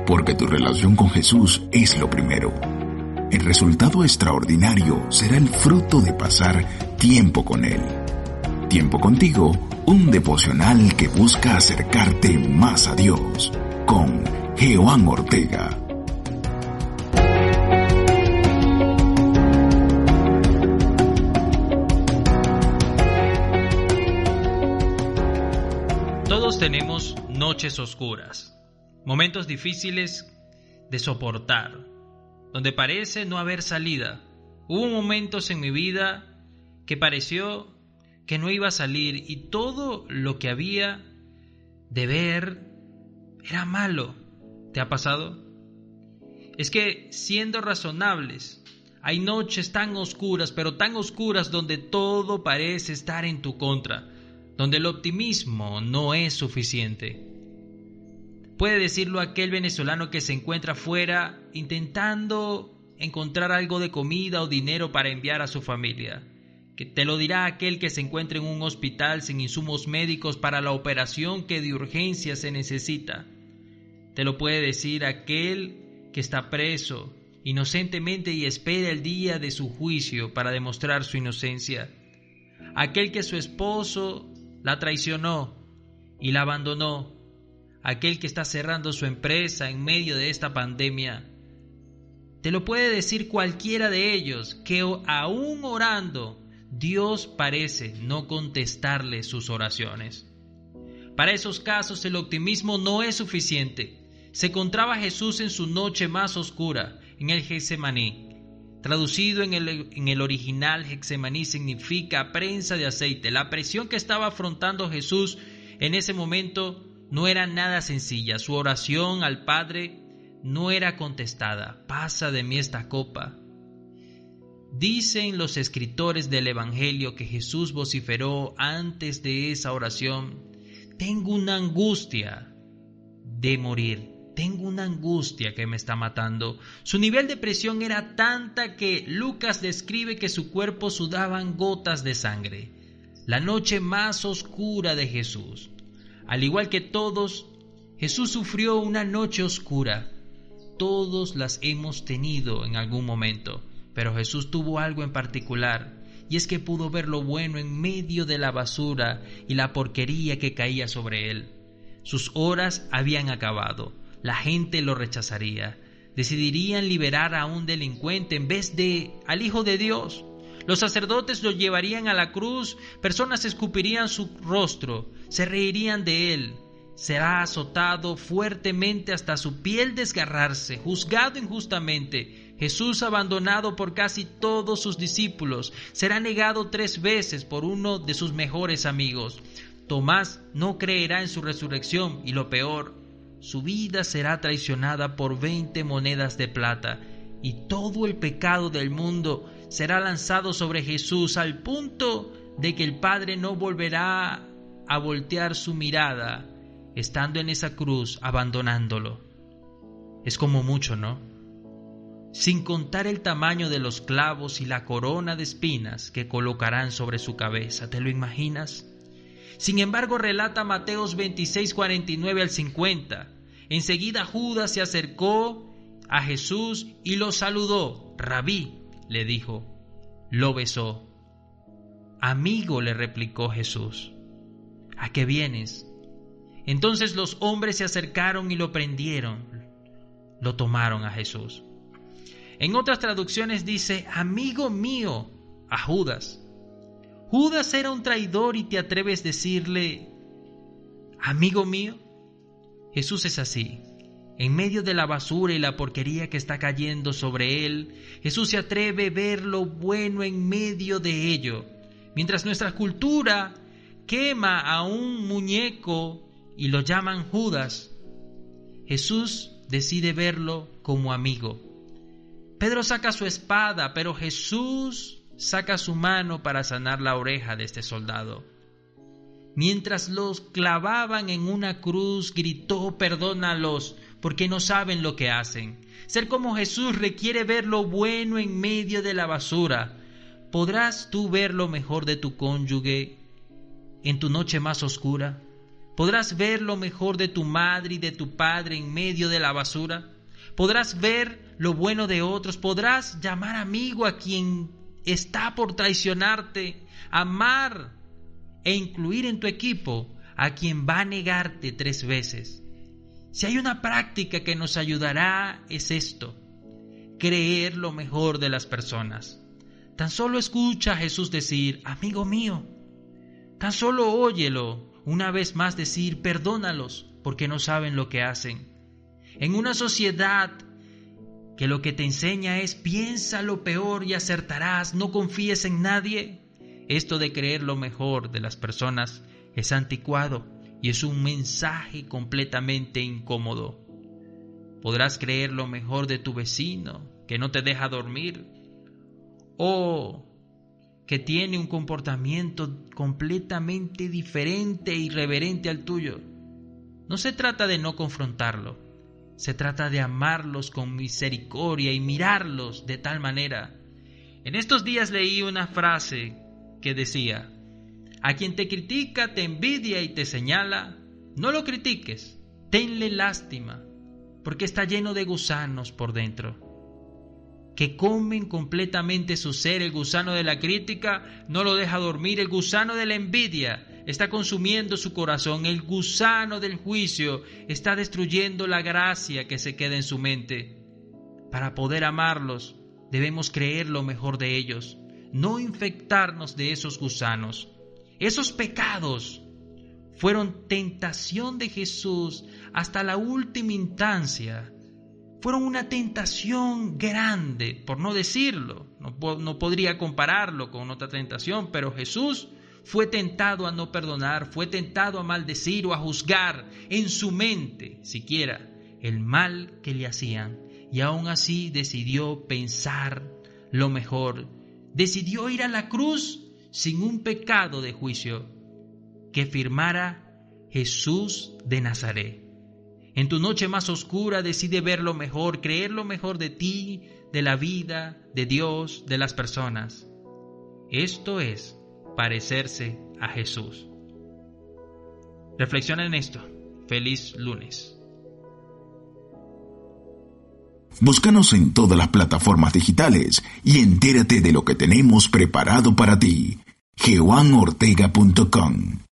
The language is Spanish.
porque tu relación con Jesús es lo primero. El resultado extraordinario será el fruto de pasar tiempo con Él. Tiempo contigo, un devocional que busca acercarte más a Dios, con Jehová Ortega. Todos tenemos noches oscuras, momentos difíciles de soportar, donde parece no haber salida. Hubo momentos en mi vida que pareció que no iba a salir y todo lo que había de ver era malo. ¿Te ha pasado? Es que, siendo razonables, hay noches tan oscuras, pero tan oscuras donde todo parece estar en tu contra, donde el optimismo no es suficiente. Puede decirlo aquel venezolano que se encuentra fuera intentando encontrar algo de comida o dinero para enviar a su familia. Que te lo dirá aquel que se encuentra en un hospital sin insumos médicos para la operación que de urgencia se necesita. Te lo puede decir aquel que está preso inocentemente y espera el día de su juicio para demostrar su inocencia. Aquel que su esposo la traicionó y la abandonó. Aquel que está cerrando su empresa en medio de esta pandemia. Te lo puede decir cualquiera de ellos, que aún orando, Dios parece no contestarle sus oraciones. Para esos casos el optimismo no es suficiente. Se encontraba Jesús en su noche más oscura, en el Getsemaní. Traducido en el original, Getsemaní significa prensa de aceite. La presión que estaba afrontando Jesús en ese momento no era nada sencilla. Su oración al Padre no era contestada. Pasa de mí esta copa. Dicen los escritores del Evangelio que Jesús vociferó antes de esa oración: tengo una angustia de morir. Tengo una angustia que me está matando. Su nivel de presión era tanta que Lucas describe que su cuerpo sudaban gotas de sangre. La noche más oscura de Jesús. Al igual que todos, Jesús sufrió una noche oscura. Todos las hemos tenido en algún momento, pero Jesús tuvo algo en particular, y es que pudo ver lo bueno en medio de la basura y la porquería que caía sobre él. Sus horas habían acabado. La gente lo rechazaría. Decidirían liberar a un delincuente en vez de al Hijo de Dios. Los sacerdotes lo llevarían a la cruz, personas escupirían su rostro, se reirían de él. Será azotado fuertemente hasta su piel desgarrarse, juzgado injustamente. Jesús, abandonado por casi todos sus discípulos, será negado 3 veces por uno de sus mejores amigos. Tomás no creerá en su resurrección y lo peor, su vida será traicionada por 20 monedas de plata y todo el pecado del mundo será lanzado sobre Jesús al punto de que el Padre no volverá a voltear su mirada estando en esa cruz abandonándolo. Es como mucho, ¿no? Sin contar el tamaño de los clavos y la corona de espinas que colocarán sobre su cabeza. ¿Te lo imaginas? Sin embargo, relata Mateos 26, 49 al 50. Enseguida Judas se acercó a Jesús y lo saludó. Rabí, le dijo. Lo besó. Amigo, le replicó Jesús. ¿A qué vienes? Entonces los hombres se acercaron y lo prendieron. Lo tomaron a Jesús. En otras traducciones dice, amigo mío, a Judas. Judas era un traidor y te atreves a decirle, amigo mío. Jesús es así. En medio de la basura y la porquería que está cayendo sobre él, Jesús se atreve a ver lo bueno en medio de ello. Mientras nuestra cultura quema a un muñeco y lo llaman Judas, Jesús decide verlo como amigo. Pedro saca su espada, pero Jesús saca su mano para sanar la oreja de este soldado. Mientras los clavaban en una cruz, gritó: perdónalos, porque no saben lo que hacen. Ser como Jesús requiere ver lo bueno en medio de la basura. ¿Podrás tú ver lo mejor de tu cónyuge en tu noche más oscura? ¿Podrás ver lo mejor de tu madre y de tu padre en medio de la basura? ¿Podrás ver lo bueno de otros? ¿Podrás llamar amigo a quien está por traicionarte? ¿Amar e incluir en tu equipo a quien va a negarte 3 veces? Si hay una práctica que nos ayudará, es esto: creer lo mejor de las personas. Tan solo escucha a Jesús decir, amigo mío. Tan solo óyelo una vez más decir, perdónalos porque no saben lo que hacen. En una sociedad que lo que te enseña es piensa lo peor y acertarás, no confíes en nadie, esto de creer lo mejor de las personas es anticuado y es un mensaje completamente incómodo. Podrás creer lo mejor de tu vecino que no te deja dormir o que tiene un comportamiento completamente diferente e irreverente al tuyo. No se trata de no confrontarlo, se trata de amarlos con misericordia y mirarlos de tal manera. En estos días leí una frase que decía, a quien te critica, te envidia y te señala, no lo critiques, tenle lástima, porque está lleno de gusanos por dentro, que comen completamente su ser. El gusano de la crítica no lo deja dormir, el gusano de la envidia está consumiendo su corazón, el gusano del juicio está destruyendo la gracia que se queda en su mente. Para poder amarlos, debemos creer lo mejor de ellos, no infectarnos de esos gusanos. Esos pecados fueron tentación de Jesús hasta la última instancia. Fueron una tentación grande, por no decirlo. No podría compararlo con otra tentación, pero Jesús fue tentado a no perdonar, fue tentado a maldecir o a juzgar en su mente, siquiera, el mal que le hacían. Y aún así decidió pensar lo mejor. Decidió ir a la cruz sin un pecado de juicio que firmara Jesús de Nazaret. En tu noche más oscura decide ver lo mejor, creer lo mejor de ti, de la vida, de Dios, de las personas. Esto es parecerse a Jesús. Reflexiona en esto. Feliz lunes. Búscanos en todas las plataformas digitales y entérate de lo que tenemos preparado para ti. Jehuanortega.com